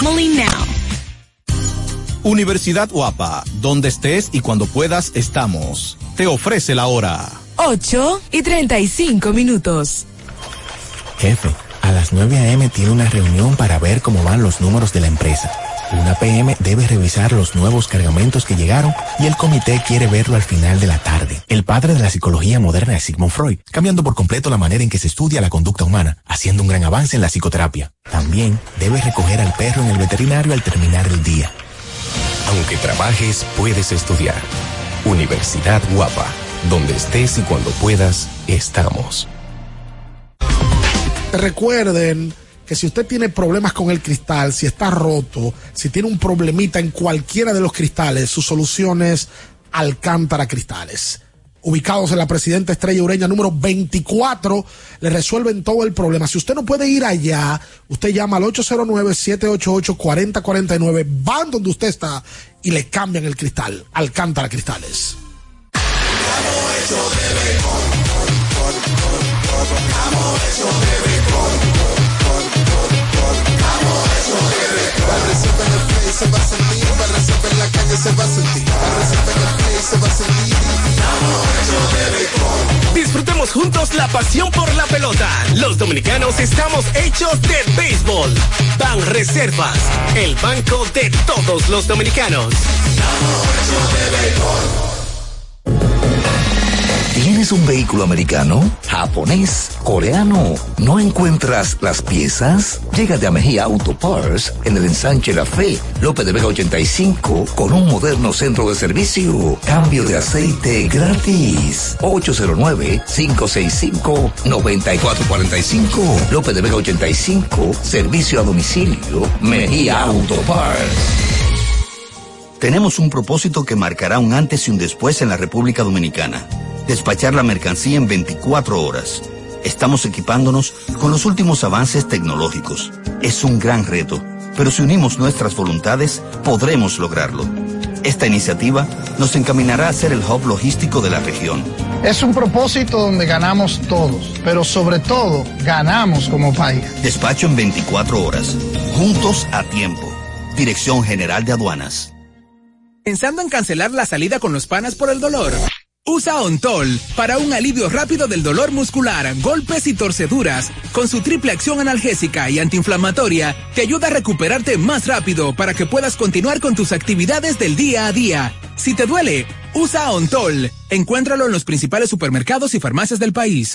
Now. Universidad UAPA, donde estés y cuando puedas estamos. Te ofrece la hora. 8:35. Jefe, a las 9 a.m. tiene una reunión para ver cómo van los números de la empresa. 1 p.m. debe revisar los nuevos cargamentos que llegaron y el comité quiere verlo al final de la tarde. El padre de la psicología moderna es Sigmund Freud, cambiando por completo la manera en que se estudia la conducta humana, haciendo un gran avance en la psicoterapia. También debe recoger al perro en el veterinario al terminar el día. Aunque trabajes, puedes estudiar. Universidad UAPA, donde estés y cuando puedas, estamos. Recuerden que si usted tiene problemas con el cristal, si está roto, si tiene un problemita en cualquiera de los cristales, su solución es Alcántara Cristales. Ubicados en la Presidenta Estrella Ureña número 24, le resuelven todo el problema. Si usted no puede ir allá, usted llama al 809-788-4049, van donde usted está y le cambian el cristal. Alcántara Cristales. Se va a sentir, para resolver en la calle se va a sentir, para resolver en el play se va a sentir. Disfrutemos juntos la pasión por la pelota. Los dominicanos estamos hechos de béisbol. Banreservas, el banco de todos los dominicanos. ¿Tienes un vehículo americano, japonés, coreano? ¿No encuentras las piezas? Llégate a Mejía Auto Parts en el ensanche La Fe, López de Vega 85, con un moderno centro de servicio. Cambio de aceite gratis. 809-565-9445. López de Vega 85, servicio a domicilio. Mejía Auto Parts. Tenemos un propósito que marcará un antes y un después en la República Dominicana. Despachar la mercancía en 24 horas. Estamos equipándonos con los últimos avances tecnológicos. Es un gran reto, pero si unimos nuestras voluntades, podremos lograrlo. Esta iniciativa nos encaminará a ser el hub logístico de la región. Es un propósito donde ganamos todos, pero sobre todo, ganamos como país. Despacho en 24 horas. Juntos a tiempo. Dirección General de Aduanas. ¿Pensando en cancelar la salida con los panas por el dolor? Usa Ontol para un alivio rápido del dolor muscular, golpes y torceduras. Con su triple acción analgésica y antiinflamatoria, te ayuda a recuperarte más rápido para que puedas continuar con tus actividades del día a día. Si te duele, usa Ontol. Encuéntralo en los principales supermercados y farmacias del país.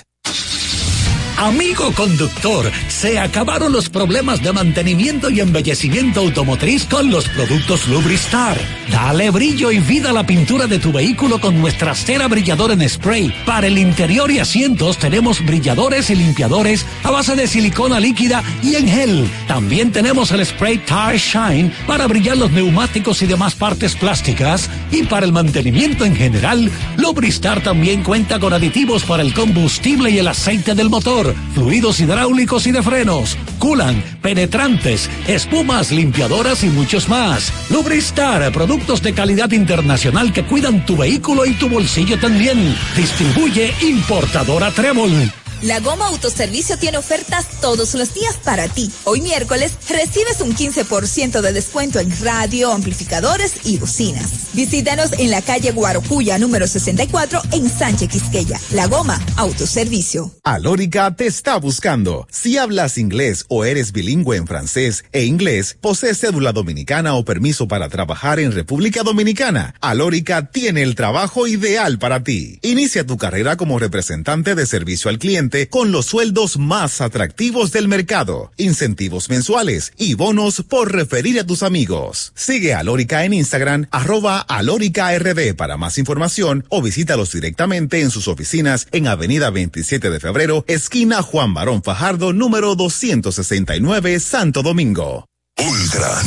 Amigo conductor, se acabaron los problemas de mantenimiento y embellecimiento automotriz con los productos Lubristar. Dale brillo y vida a la pintura de tu vehículo con nuestra cera brilladora en spray. Para el interior y asientos tenemos brilladores y limpiadores a base de silicona líquida y en gel. También tenemos el spray Tire Shine para brillar los neumáticos y demás partes plásticas. Y para el mantenimiento en general, Lubristar también cuenta con aditivos para el combustible y el aceite del motor, fluidos hidráulicos y de frenos, culan, penetrantes, espumas, limpiadoras y muchos más. Lubristar, productos de calidad internacional que cuidan tu vehículo y tu bolsillo también. Distribuye importadora Trébol. La Goma Autoservicio tiene ofertas todos los días para ti. Hoy miércoles recibes un 15% de descuento en radio, amplificadores y bocinas. Visítanos en la calle Guarocuya número 64 en Sánchez Quisqueya. La Goma Autoservicio. Alórica te está buscando. Si hablas inglés o eres bilingüe en francés e inglés, posees cédula dominicana o permiso para trabajar en República Dominicana, Alórica tiene el trabajo ideal para ti. Inicia tu carrera como representante de servicio al cliente con los sueldos más atractivos del mercado, incentivos mensuales y bonos por referir a tus amigos. Sigue a Alórica en Instagram, @AlóricaRD para más información o visítalos directamente en sus oficinas en Avenida 27 de Febrero, esquina Juan Barón Fajardo, número 269, Santo Domingo. Ultra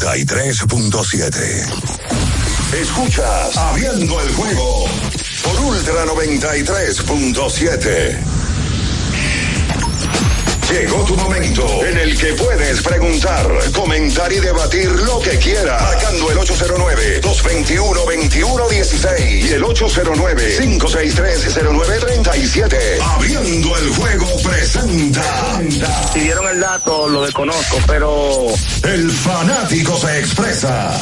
93.7. Escuchas Abriendo el Juego por Ultra 93.7. Llegó tu momento en el que puedes preguntar, comentar y debatir lo que quieras. Marcando el 809-221-2116 y el 809-563-0937. Abriendo el juego presenta. Si dieron el dato, lo desconozco, pero... El fanático se expresa.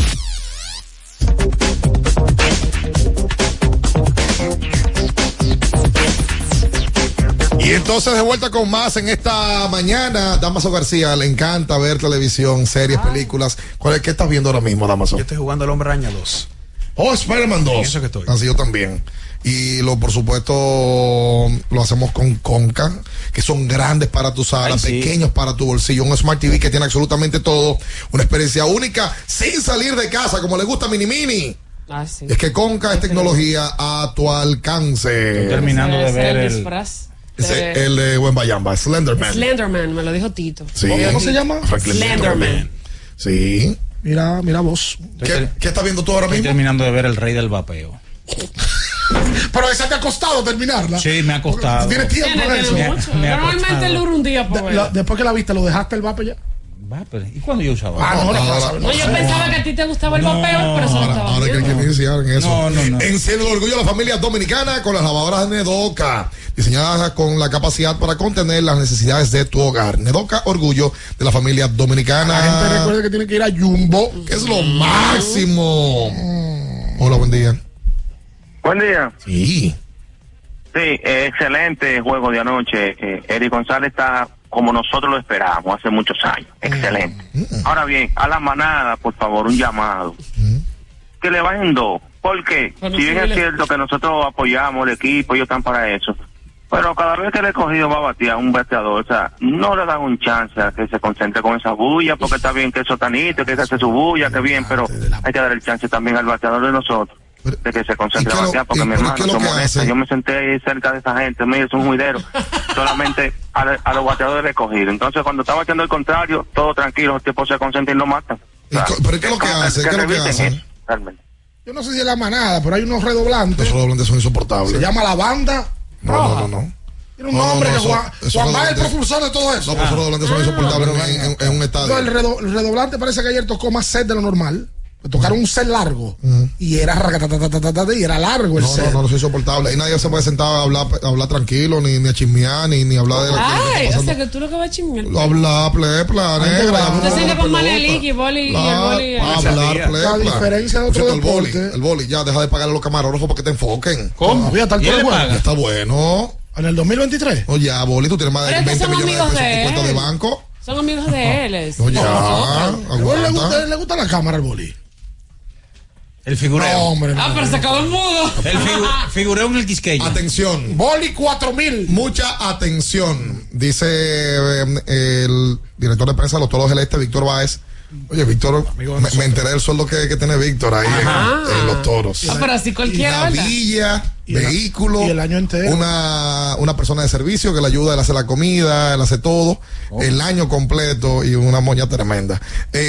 Y entonces de vuelta con más en esta mañana. Damaso García, le encanta ver televisión, series, películas. ¿Qué estás viendo ahora mismo, Damaso? Yo estoy jugando El Hombre Araña 2. Oh, Spider-Man 2. Eso que estoy. Así yo también. Y por supuesto, lo hacemos con Conca, que son grandes para tu sala, pequeños para tu bolsillo. Un Smart TV que tiene absolutamente todo. Una experiencia única, sin salir de casa, como le gusta a Mini Mini. Sí. Es que Conca es tecnología a tu alcance. Estoy terminando de ver el disfraz. El de Buen Bayamba, Slenderman. Slenderman, me lo dijo Tito. Sí. ¿Cómo se llama? Slenderman. Sí. Mira vos. ¿Qué estás viendo tú ahora mismo? Estoy terminando de ver El Rey del Vapeo. Pero esa te ha costado terminarla. Sí, me ha costado. ¿Tienes tiempo para eso? Normalmente le dura un día por ver. Después que la viste, ¿lo dejaste el vape ya? ¿Y cuándo yo usaba? No, yo pensaba que a ti te gustaba el vapeo, pero eso no estaba ahora que iniciar en eso. No. Enciende el orgullo de la familia dominicana con las lavadoras Nedoca, diseñadas con la capacidad para contener las necesidades de tu hogar. Nedoca, orgullo de la familia dominicana. La gente recuerda que tiene que ir a Jumbo, que es lo máximo. Hola, buen día. Buen día. Sí. Sí, excelente juego de anoche. Eric González está como nosotros lo esperábamos hace muchos años. Excelente. Ahora bien, a la manada, por favor, un llamado. Que le bajen 2. Porque si bien es cierto que nosotros apoyamos el equipo, ellos están para eso. Pero cada vez que el escogido va a batear un bateador, o sea, no le dan un chance a que se concentre con esa bulla, porque está bien que es sotanito, que hace su bulla, que bien, pero hay que dar el chance también al bateador de nosotros. De que se concentre a batear, porque mi hermano, yo me senté ahí cerca de esa gente, mire, es un juidero, solamente a los bateadores recogidos. Entonces, cuando está bateando el contrario, todo tranquilo, los tipos se concentran y lo matan. ¿Pero qué es lo que hace? ¿Qué es lo que hacen? Yo no sé si es la manada, pero hay unos redoblantes. Los redoblantes son insoportables. Se llama la banda. No. Tiene un nombre que Juan es el propulsor de todo eso. No, pero esos redoblantes son insoportables en un estadio. No, el redoblante parece que ayer tocó más set de lo normal. Tocaron un set largo y era y era largo el set. No es insoportable. Ahí nadie se puede sentar a hablar tranquilo, ni a chismear, ni hablar de o sea que tú lo que vas a chismear. Hablar plepla, negra. Entonces que con Manelik y boli y el boli. Hablar plepla. La diferencia de otro deporte. El boli, ya deja de pagarle a los camarógrafos para que te enfoquen. ¿Cómo? Está bueno. ¿En el 2023? No, ya, boli, tú tienes más de 20 millones de pesos en tu cuenta de banco. Son amigos de él. No, ya. ¿Le gusta la cámara al boli? El figureo. No, hombre. Pero se acabó el mudo. El figureo en el quisqueño. Atención. Boli 4000. Mucha atención. Dice el director de prensa, el doctor Celeste, Víctor Báez. Oye, Víctor, me enteré del sueldo que tiene Víctor ahí en los toros. Pero así cualquiera, la villa, vehículo. Y el año entero. Una persona de servicio que le ayuda, él hace la comida, él hace todo. El año completo y una moña tremenda.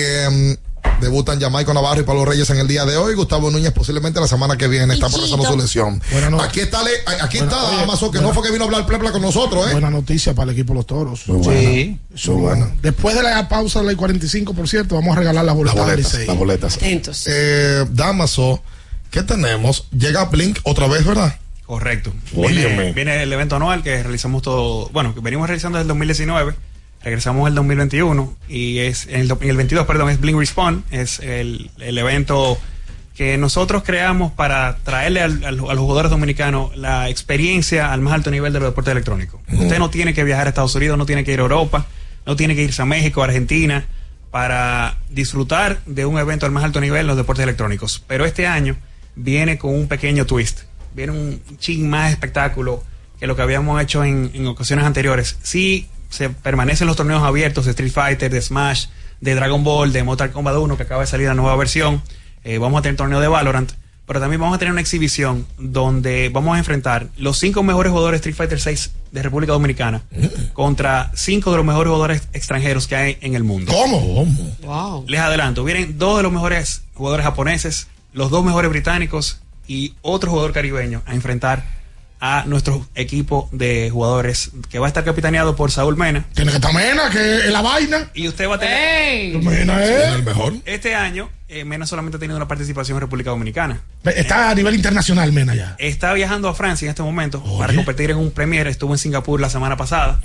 Debutan Jamaica Navarro y Pablo Reyes en el día de hoy. Gustavo Núñez posiblemente la semana que viene está procesando su lesión. Aquí está Amazon, que no fue que vino a hablar plepla con nosotros, Buena noticia para el equipo de los toros. Sí. Muy buena. Después de la pausa de la 45, por cierto, vamos a regalar las boletas. Las boletas. Atentos. Damaso, ¿qué tenemos? Llega Blink otra vez, ¿verdad? Correcto. Viene el evento anual que realizamos todo, que venimos realizando desde el 2019. Regresamos en el 2021 y en el 22, es Blink Respawn, es el evento que nosotros creamos para traerle a los jugadores dominicanos la experiencia al más alto nivel de los deportes electrónicos. Usted no tiene que viajar a Estados Unidos, no tiene que ir a Europa, no tiene que irse a México, Argentina, para disfrutar de un evento al más alto nivel en los deportes electrónicos. Pero este año viene con un pequeño twist, viene un chin más espectáculo que lo que habíamos hecho en ocasiones anteriores. Sí, se permanecen los torneos abiertos de Street Fighter, de Smash, de Dragon Ball, de Mortal Kombat 1, que acaba de salir la nueva versión. Vamos a tener torneo de Valorant, pero también vamos a tener una exhibición donde vamos a enfrentar los 5 mejores jugadores de Street Fighter 6 de República Dominicana contra 5 de los mejores jugadores extranjeros que hay en el mundo. ¿Cómo? Wow. Les adelanto, vienen 2 de los mejores jugadores japoneses, los 2 mejores británicos y otro jugador caribeño a enfrentar a nuestro equipo de jugadores que va a estar capitaneado por Saúl Mena. Tiene que estar Mena, que es la vaina. Y usted va a tener... Mena es el mejor. Este año, Mena solamente ha tenido una participación en República Dominicana. Está a nivel internacional, Mena, ya. Está viajando a Francia en este momento para competir en un Premier. Estuvo en Singapur la semana pasada.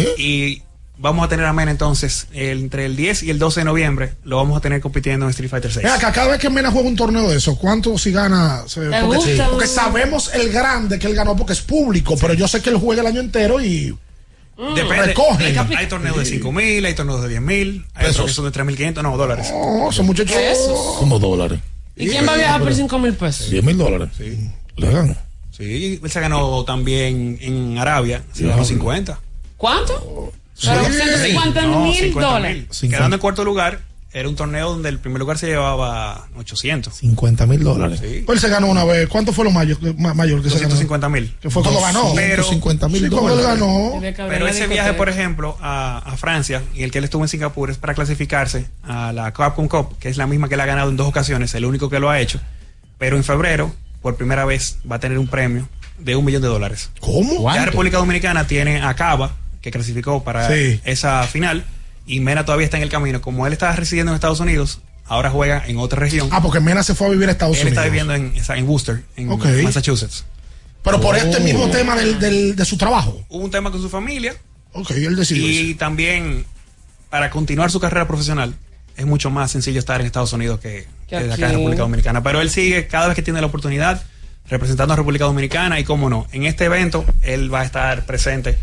Y vamos a tener a Mena entonces entre el 10 y el 12 de noviembre. Lo vamos a tener compitiendo en Street Fighter 6. Mira, cada vez que Mena juega un torneo de eso, ¿cuánto si gana? Porque sabemos el grande que él ganó porque es público, pero yo sé que él juega el año entero y depende. Recoge. Hay torneos de 5,000, hay torneos de 10,000, hay otros que son de 3,500, no, dólares. No, son muchachos. ¿Cómo dólares? ¿Y quién va a viajar por 5,000 pesos? $10,000. Sí. ¿Le ganó? Sí, él se ganó también en Arabia, se ganó 50. ¿Cuánto? Pero $150,000. Quedando en cuarto lugar, era un torneo donde el primer lugar se llevaba 800. $50,000. Sí. Pues él se ganó una vez. ¿Cuánto fue lo mayor que se ganó? 250,000. Que fue cuando ganó. Pero cuando él ganó. Pero ese viaje, por ejemplo, a Francia, y el que él estuvo en Singapur, es para clasificarse a la Capcom Cup, que es la misma que él ha ganado en 2 ocasiones, el único que lo ha hecho. Pero en febrero, por primera vez, va a tener un premio de $1 millón. ¿Cómo? La República Dominicana tiene a Cava, que clasificó para esa final, y Mena todavía está en el camino. Como él está residiendo en Estados Unidos, ahora juega en otra región. Porque Mena se fue a vivir a Estados Unidos. Él está viviendo en Worcester, en Massachusetts. Pero por este mismo tema de su trabajo. Hubo un tema con su familia. Él decidió Y eso. también, para continuar su carrera profesional, es mucho más sencillo estar en Estados Unidos que acá en República Dominicana. Pero él sigue cada vez que tiene la oportunidad representando a República Dominicana, y cómo no, en este evento él va a estar presente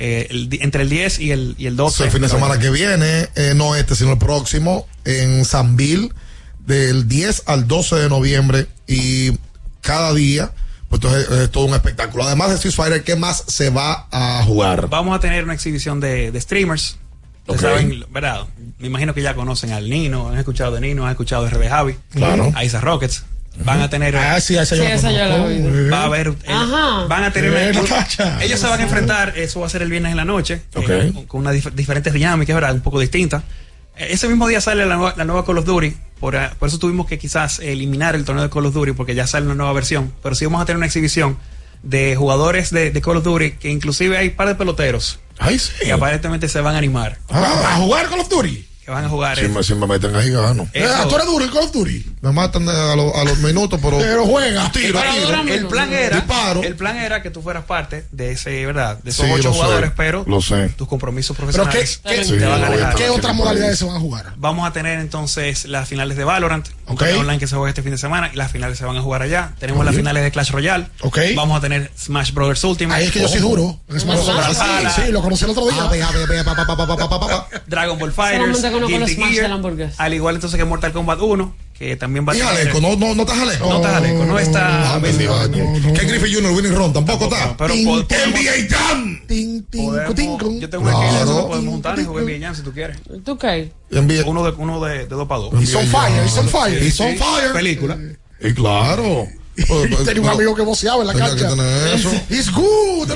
entre el 10 y el 12. El fin de semana que viene, no este, sino el próximo, en Sanville, del 10 al 12 de noviembre, y cada día, pues entonces es todo un espectáculo. Además de Street Fighter, ¿qué más se va a jugar? Vamos a tener una exhibición de streamers. Saben, ¿verdad? Me imagino que ya conocen al Nino, han escuchado de Nino, han escuchado de RD Javi, a Isa Rockets. Van a tener. Esa yo la vi. Va a haber. Van a tener. Ellos se van a enfrentar. Eso va a ser el viernes en la noche. Con unas diferentes dinámicas, ¿verdad? Un poco distintas. Ese mismo día sale la nueva Call of Duty. Por eso tuvimos que quizás eliminar el torneo de Call of Duty, porque ya sale una nueva versión. Pero sí vamos a tener una exhibición de jugadores de Call of Duty, que inclusive hay un par de peloteros. Que aparentemente se van a animar. ¿A jugar Call of Duty? Que van a jugar. Si me meten ahí, gano. ¿Tú eres duro en Call of Duty? Me matan a los minutos, pero juega. Tiro. El plan era que tú fueras parte de ese, ¿verdad? De esos 8 lo jugadores, sé, pero lo sé. tus compromisos profesionales te van a alejar. ¿Qué otras modalidades se van a jugar? Vamos a tener entonces las finales de Valorant, un torneo online que se juega este fin de semana, y las finales se van a jugar allá. Tenemos las finales de Clash Royale. Vamos a tener Smash Brothers Ultimate. Ahí es que yo soy duro. Sí, lo conocí el otro día. Dragon Ball Fighters, Guilty Gear, al igual entonces que Mortal Kombat 1, que también va a tener. No está jaleco. No está jaleco, no está. ¿Qué Griffith Jr. Winning Ron tampoco está? Pero NBA Jam. Yo tengo que ir, podemos juntar y jugar NBA Jam si tú quieres. ¿Tú qué? Uno de 2 para 2. It's on fire. Película. Y claro. Tenía un amigo que voceaba en la cancha. It's good.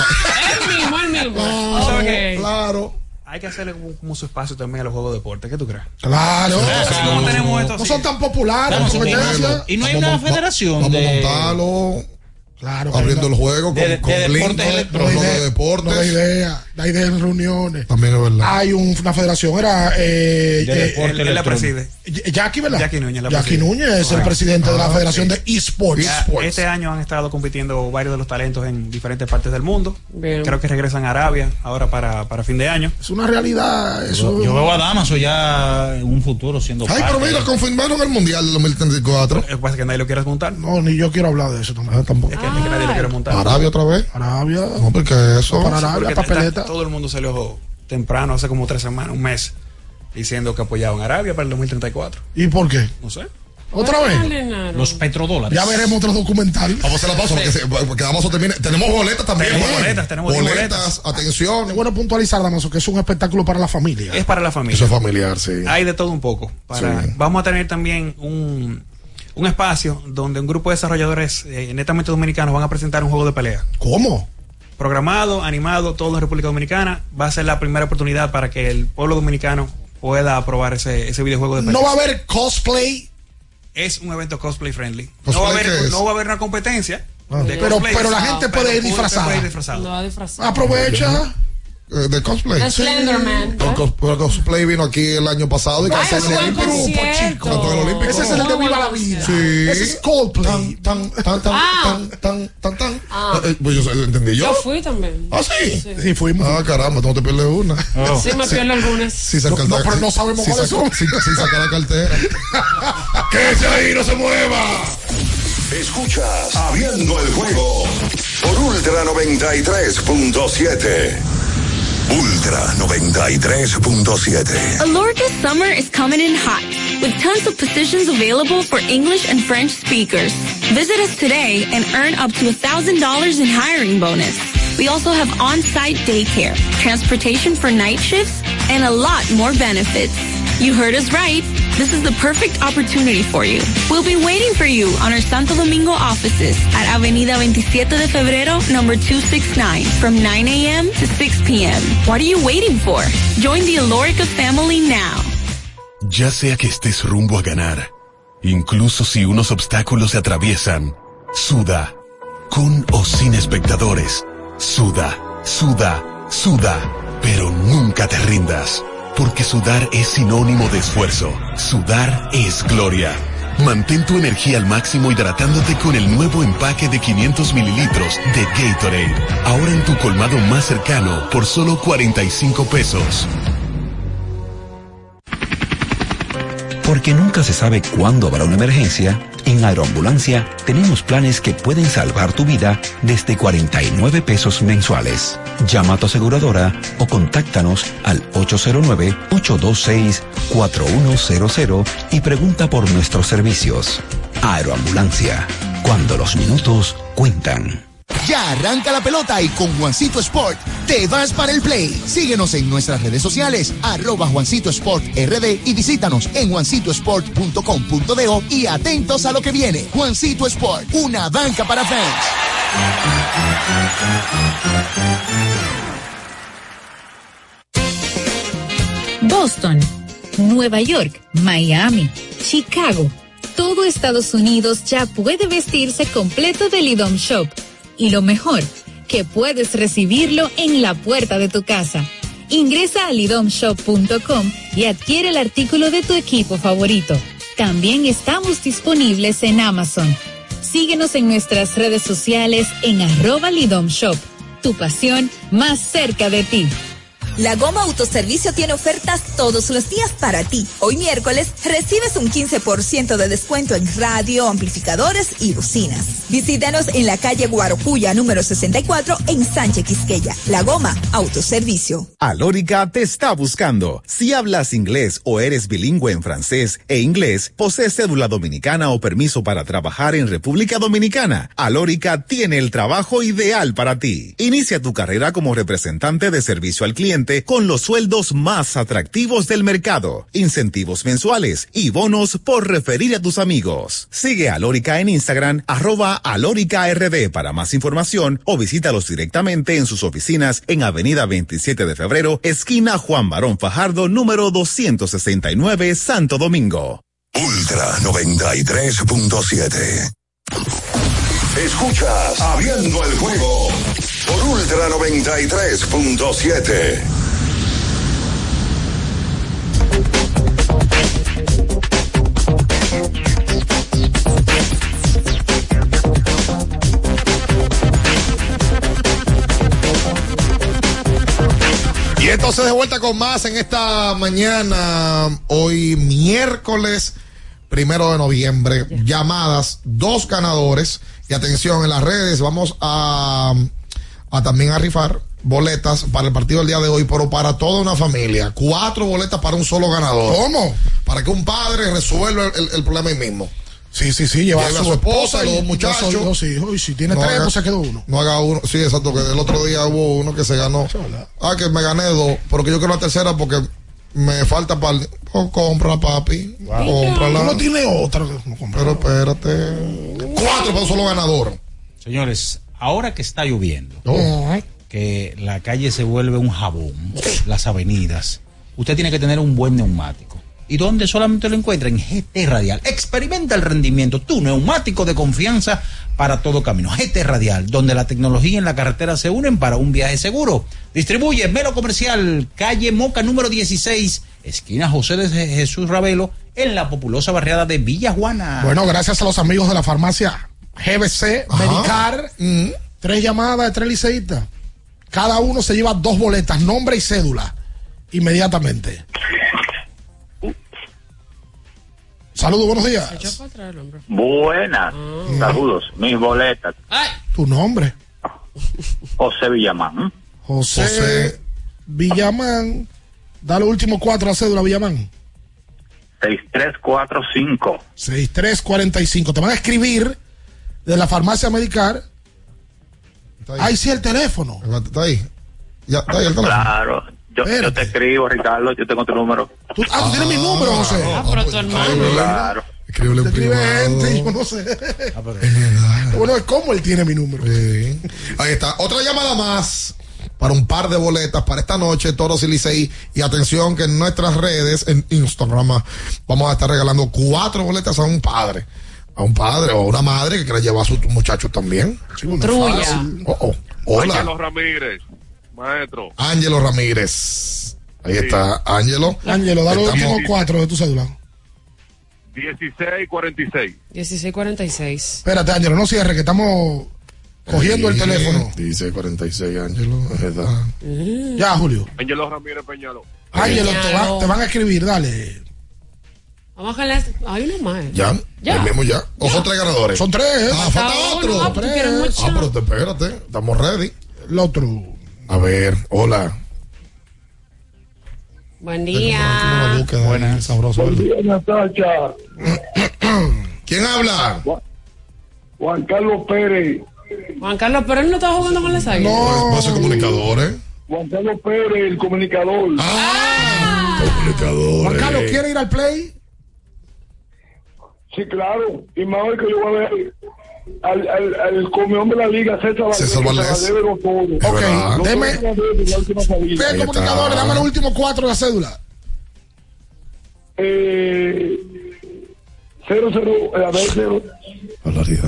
El mismo. Claro. Hay que hacerle como su espacio también a los juegos de deporte. ¿Qué tú crees? Claro. ¿Cómo tenemos esto? No son tan populares. Y no hay una federación. Vamos a montarlo. Claro. Abriendo el juego con deportes electrónicos. de deportes. Da idea en reuniones. También es verdad. Hay una federación. Él la preside. Jackie, ¿verdad? Jackie Núñez. Jackie Núñez es el presidente de la Federación de eSports. Este año han estado compitiendo varios de los talentos en diferentes partes del mundo. Creo que regresan a Arabia ahora para fin de año. Es una realidad. Eso. Yo veo a Damaso ya en un futuro siendo parte. Pero mira, confirmaron el Mundial del 2034. Lo que pasa es que nadie lo quiere montar. No, ni yo quiero hablar de eso tampoco. Es que nadie lo quiere montar. Arabia otra vez. Arabia. No, porque eso. Para Arabia, papeleta. Todo el mundo salió temprano, hace como 3 semanas, un mes, diciendo que apoyaban a Arabia para el 2034. ¿Y por qué? No sé. ¿Otra vez? Los petrodólares. Ya veremos otro documental. Vamos a hacer la pausa porque Damaso termine. Tenemos boletas también. Tenemos boletas. Atención. Es bueno puntualizar, Damaso, que es un espectáculo para la familia. Es para la familia. Eso es familiar, sí. Hay de todo un poco. Vamos a tener también un espacio donde un grupo de desarrolladores netamente dominicanos van a presentar un juego de pelea. ¿Cómo? Programado, animado, todo en República Dominicana. Va a ser la primera oportunidad para que el pueblo dominicano pueda probar ese videojuego de pelea. ¿No va a haber cosplay? Es un evento cosplay friendly. No va a haber una competencia, Pero la gente puede ir disfrazada. Aprovecha. De cosplay. The Slenderman. El cosplay vino aquí el año pasado y cantó en el Olímpico. Cantó en el Olímpico. Ese es el de Viva la Vida. Sí. Ese es Coldplay. Pues yo entendí yo. Yo fui también. Ah, sí. Sí, fuimos. Ah, caramba, no te pierdes una. Sí, me pierdo algunas. Si saca pero no sabemos cuáles son. Si saca la cartera. ¡Quédese ahí, no se mueva! Escuchas Abriendo el Juego por Ultra 93.7. Ultra 93.7. Alorca's summer is coming in hot, with tons of positions available for English and French speakers. Visit us today and earn up to $1,000 in hiring bonus. We also have on-site daycare, transportation for night shifts, and a lot more benefits. You heard us right. This is the perfect opportunity for you. We'll be waiting for you on our Santo Domingo offices at Avenida 27 de Febrero, number 269, from 9 a.m. to 6 p.m. What are you waiting for? Join the Alorica family now. Ya sea que estés rumbo a ganar, incluso si unos obstáculos se atraviesan, suda, con o sin espectadores, suda, suda, suda, pero nunca te rindas. Porque sudar es sinónimo de esfuerzo. Sudar es gloria. Mantén tu energía al máximo hidratándote con el nuevo empaque de 500 mililitros de Gatorade. Ahora en tu colmado más cercano por solo 45 pesos. Porque nunca se sabe cuándo habrá una emergencia, en Aeroambulancia tenemos planes que pueden salvar tu vida desde 49 pesos mensuales. Llama a tu aseguradora o contáctanos al 809-826-4100 y pregunta por nuestros servicios. Aeroambulancia, cuando los minutos cuentan. Ya arranca la pelota y con Juancito Sport te vas para el play. Síguenos en nuestras redes sociales, @Juancito Sport RD y visítanos en juancitosport.com.do y atentos a lo que viene. Juancito Sport, una banca para fans. Boston, Nueva York, Miami, Chicago. Todo Estados Unidos ya puede vestirse completo del IDOM Shop. Y lo mejor, que puedes recibirlo en la puerta de tu casa. Ingresa a lidomshop.com y adquiere el artículo de tu equipo favorito. También estamos disponibles en Amazon. Síguenos en nuestras redes sociales en @lidomshop. Tu pasión más cerca de ti. La Goma Autoservicio tiene ofertas todos los días para ti. Hoy miércoles recibes un 15% de descuento en radio, amplificadores y bocinas. Visítanos en la calle Guarocuya número 64 en Sánchez Quisqueya. La Goma Autoservicio. Alórica te está buscando. Si hablas inglés o eres bilingüe en francés e inglés, posees cédula dominicana o permiso para trabajar en República Dominicana, Alórica tiene el trabajo ideal para ti. Inicia tu carrera como representante de servicio al cliente con los sueldos más atractivos del mercado, incentivos mensuales y bonos por referir a tus amigos. Sigue a Alórica en Instagram, @AlóricaRD para más información o visítalos directamente en sus oficinas en Avenida 27 de Febrero, esquina Juan Barón Fajardo, número 269, Santo Domingo. Ultra 93.7. Escuchas Abriendo el Juego por Ultra 93.7. Y entonces de vuelta con más en esta mañana, hoy miércoles 1 de noviembre, llamadas, 2 ganadores, y atención, en las redes vamos a también a rifar boletas para el partido del día de hoy, pero para toda una familia, 4 boletas para un solo ganador. ¿Cómo? Para que un padre resuelva el problema ahí mismo. Sí, lleva a su esposa y los muchachos. 2 hijos, y si tiene 3, pues se quedó uno. No haga uno. Sí, exacto, que el otro día hubo uno que se ganó. Que me gané 2, porque yo quiero la tercera porque me falta para... Oh, compra, papi. Wow. Cómprala. No tiene otra. Pero espérate. 4 para un solo ganador. Señores, ahora que está lloviendo, que la calle se vuelve un jabón, las avenidas, usted tiene que tener un buen neumático. ¿Y dónde solamente lo encuentra? En GT Radial. Experimenta el rendimiento, tu neumático de confianza para todo camino. GT Radial, donde la tecnología y la carretera se unen para un viaje seguro. Distribuye Melo Comercial, calle Moca número 16, esquina José de Jesús Ravelo, en la populosa barriada de Villa Juana. Bueno, gracias a los amigos de la farmacia GBC Medicar. 3 llamadas de 3 liceístas. Cada uno se lleva 2 boletas, nombre y cédula, inmediatamente. Saludos, buenos días. Buenas, saludos, mis boletas. Tu nombre. José Villamán. José Villamán. Da los últimos 4 a la cédula, Villamán. 6345. 6345. Te van a escribir de la farmacia Medicar. Ahí sí el teléfono. Está ahí. Ya está ahí el teléfono. Claro. Yo te escribo, Ricardo, yo tengo tu número. ¿Tú tienes mi número, José? Pero tu hermano. Claro. Escríbele en privado. Gente, yo no sé. Bueno, ¿cómo él tiene mi número? Sí. Ahí está. Otra llamada más para un par de boletas para esta noche, Toros y Licey. Y atención que en nuestras redes, en Instagram, vamos a estar regalando 4 boletas a un padre. A un padre o a una madre que quiera llevar a sus muchachos también. Sí, Trulla. Hola. Ángelo Ramírez, maestro. Ángelo Ramírez. Ahí está, Ángelo. Ángelo, da los últimos 4 de tu cédula. 1646. 1646. Espérate, Ángelo, no cierre, que estamos cogiendo el teléfono. 1646, Ángelo, es verdad. Ya, Julio. Ángelo Ramírez Peñalo. Ángelo, te van a escribir, dale. Vamos a jalar. Hay uno más. Ya. El mismo ya. ¿O son 3 ganadores? Son 3. Falta otro. Pero espérate, estamos ready. El otro. A ver, hola. Buen día. Buenas. Sabroso. Buen día, Natacha. ¿Quién habla? Juan Carlos Pérez. Juan Carlos, pero él no está jugando con las águilas. No, va a ser comunicador, ¿eh? Juan Carlos Pérez, el comunicador. Comunicador. Juan Carlos, ¿quiere ir al play? Sí, claro. Y más hoy que yo voy a ver al comión de la liga, César Valdés. Ok, deme. Ve, comunicador, dame los últimos 4 de la cédula. 0. Valoridad.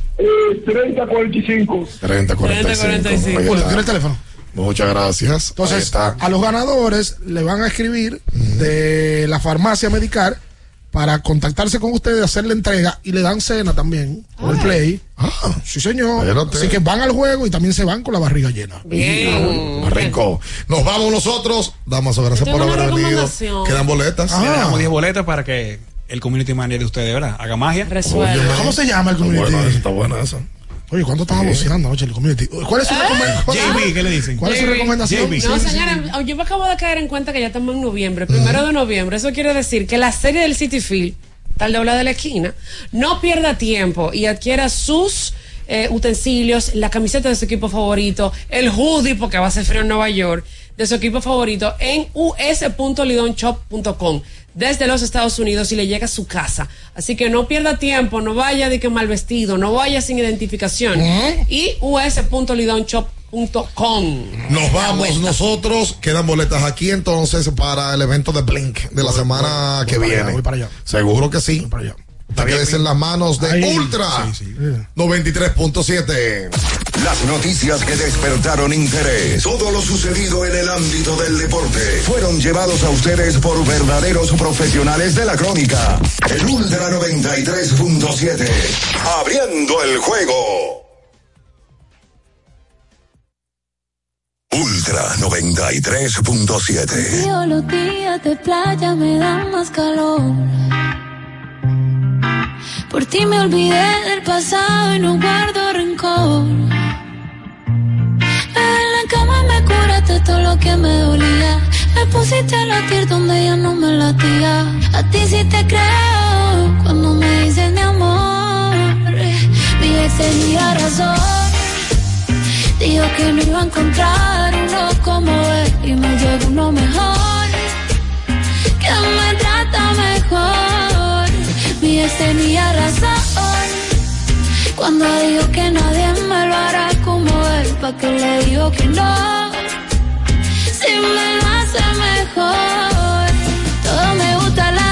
3045. 3045. Julio, ¿tiene el teléfono? Muchas gracias. Entonces, a los ganadores le van a escribir de la farmacia Medicar para contactarse con ustedes, hacer la entrega y le dan cena también por el play. Sí, señor. Espérate. Así que van al juego y también se van con la barriga llena. Bien. Rico. Nos vamos nosotros. Damaso, gracias por haber venido. Quedan boletas. Le damos 10 boletas para que el community manager de ustedes, ¿verdad? Haga magia. Resuelve. ¿Cómo se llama el community? Está buena esa. Oye, ¿cuánto estás anunciando anoche el community? ¿Cuál es su recomendación? JB, ¿qué le dicen? ¿Cuál es su recomendación? No, señora, yo me acabo de caer en cuenta que ya estamos en noviembre, 1 de noviembre. Eso quiere decir que la serie del City Field, tal de hablar de la esquina, no pierda tiempo y adquiera sus utensilios, la camiseta de su equipo favorito, el hoodie, porque va a ser frío en Nueva York, de su equipo favorito en us.lidonshop.com desde los Estados Unidos y le llega a su casa. Así que no pierda tiempo, no vaya de que mal vestido, no vaya sin identificación. Y us.lidonshop.com. Nos vamos nosotros. Quedan boletas aquí entonces para el evento de Blink de la semana que viene. Voy para allá. Seguro que sí. Voy para allá. Quédese en las manos de Ultra 93.7. Las noticias que despertaron interés, todo lo sucedido en el ámbito del deporte, fueron llevados a ustedes por verdaderos profesionales de la crónica. El Ultra 93.7, abriendo el juego. Ultra 93.7. Yo los días de playa me dan más calor. Por ti me olvidé del pasado y no guardo rencor. En la cama me curaste todo lo que me dolía. Me pusiste a latir donde ya no me latía. A ti sí te creo cuando me dices mi amor. Mi ex tenía razón. Dijo que no iba a encontrar uno como él y me llegó uno mejor, que me trata mejor. Mi ex tenía razón cuando dijo que nadie me lo hará como él. Pa' que le digo que no, si me lo hace mejor. Todo me gusta la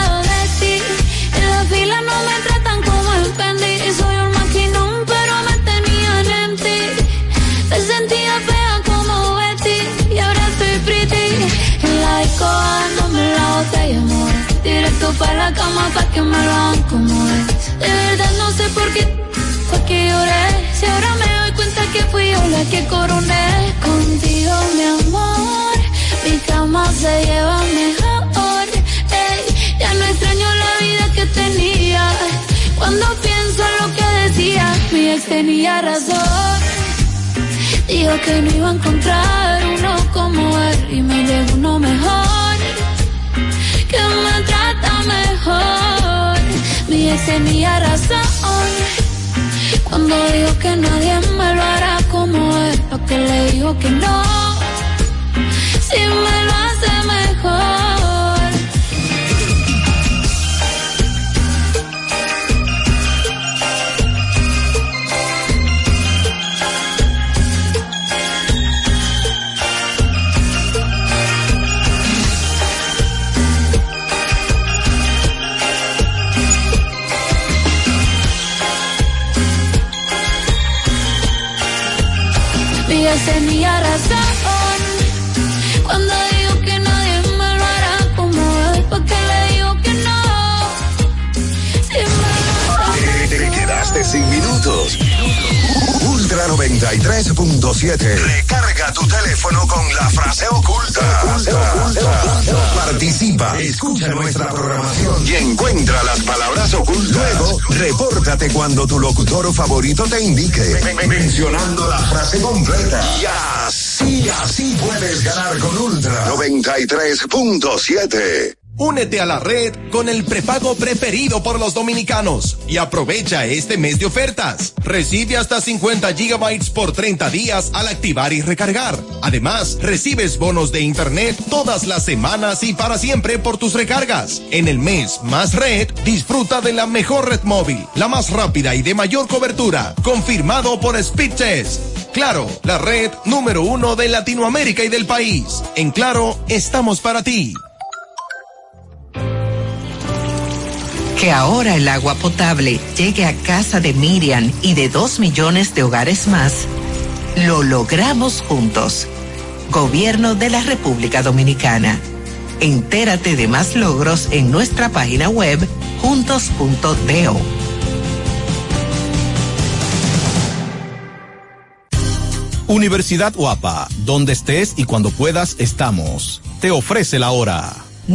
pa' la cama pa' que me lo hagan como es. De verdad no sé por qué fue que lloré. Si ahora me doy cuenta que fui yo la que coroné. Contigo, mi amor, mi cama se lleva mejor. Ey, ya no extraño la vida que tenía. Cuando pienso en lo que decía, mi ex tenía razón. Dijo que no iba a encontrar uno como él y me llegó uno mejor, que me trata mejor. Mi ex tenía razón cuando dijo que nadie me lo hará como él. Lo que le dijo que no, si me lo hace mejor. Tenía razón cuando digo que nadie me lo hará como él, porque le digo que no. Si te quedaste sin minutos. Ultra 93.7. Recarga tu teléfono con la frase oculta. Participa, escucha nuestra programación y encuentra las palabras ocultas. Luego, repórtate cuando tu locutor favorito te indique, mencionando la frase completa. Y así puedes ganar con Ultra 93.7. Únete a la red con el prepago preferido por los dominicanos y aprovecha este mes de ofertas. Recibe hasta 50 gigabytes por 30 días al activar y recargar. Además, recibes bonos de internet todas las semanas y para siempre por tus recargas. En el mes Más Red, disfruta de la mejor red móvil, la más rápida y de mayor cobertura, confirmado por Speedtest. Claro, la red número 1 de Latinoamérica y del país. En Claro, estamos para ti. Que ahora el agua potable llegue a casa de Miriam y de 2 millones de hogares más, lo logramos juntos. Gobierno de la República Dominicana. Entérate de más logros en nuestra página web juntos.do. Universidad UAPA, donde estés y cuando puedas estamos. Te ofrece la hora.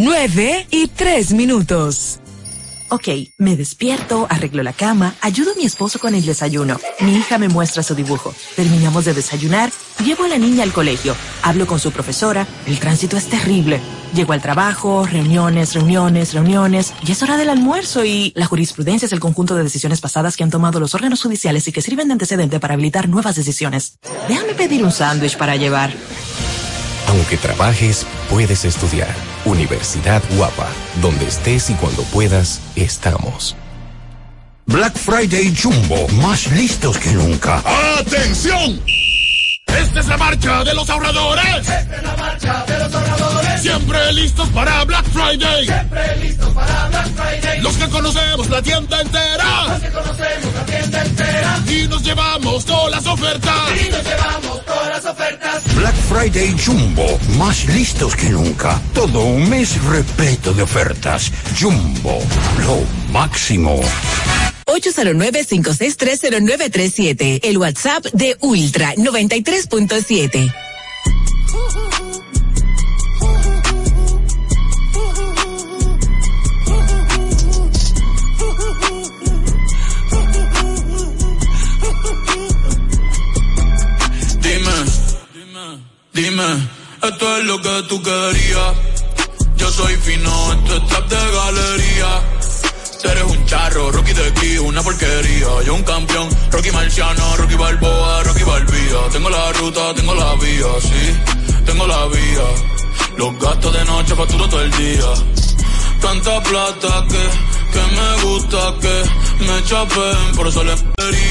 9:03. Ok, me despierto, arreglo la cama, ayudo a mi esposo con el desayuno. Mi hija me muestra su dibujo. Terminamos de desayunar, llevo a la niña al colegio, hablo con su profesora, el tránsito es terrible. Llego al trabajo, reuniones, y es hora del almuerzo y la jurisprudencia es el conjunto de decisiones pasadas que han tomado los órganos judiciales y que sirven de antecedente para habilitar nuevas decisiones. Déjame pedir un sándwich para llevar. Aunque trabajes, puedes estudiar. Universidad UAPA, donde estés y cuando puedas, estamos. Black Friday Jumbo, más listos que nunca. ¡Atención! Esta es la marcha de los ahorradores. Esta es la marcha de los ahorradores. Siempre listos para Black Friday. Siempre listos para Black Friday. Los que conocemos la tienda entera. Los que conocemos la tienda entera. Y nos llevamos todas las ofertas. Y nos llevamos todas las ofertas. Black Friday Jumbo, más listos que nunca. Todo un mes repleto de ofertas. Jumbo, lo máximo. 809-5630937, el WhatsApp de Ultra 93.7. Dime, esto es lo que tú querías. Yo soy fino, esto es trap de galería. Tú eres un charro, Rocky de aquí, una porquería. Yo un campeón, Rocky Marciano, Rocky Balboa, Rocky Balbía. Tengo la ruta, tengo la vía, sí, tengo la vía. Los gastos de noche facturo todo el día. Tanta plata que me gusta que me chapen, por eso le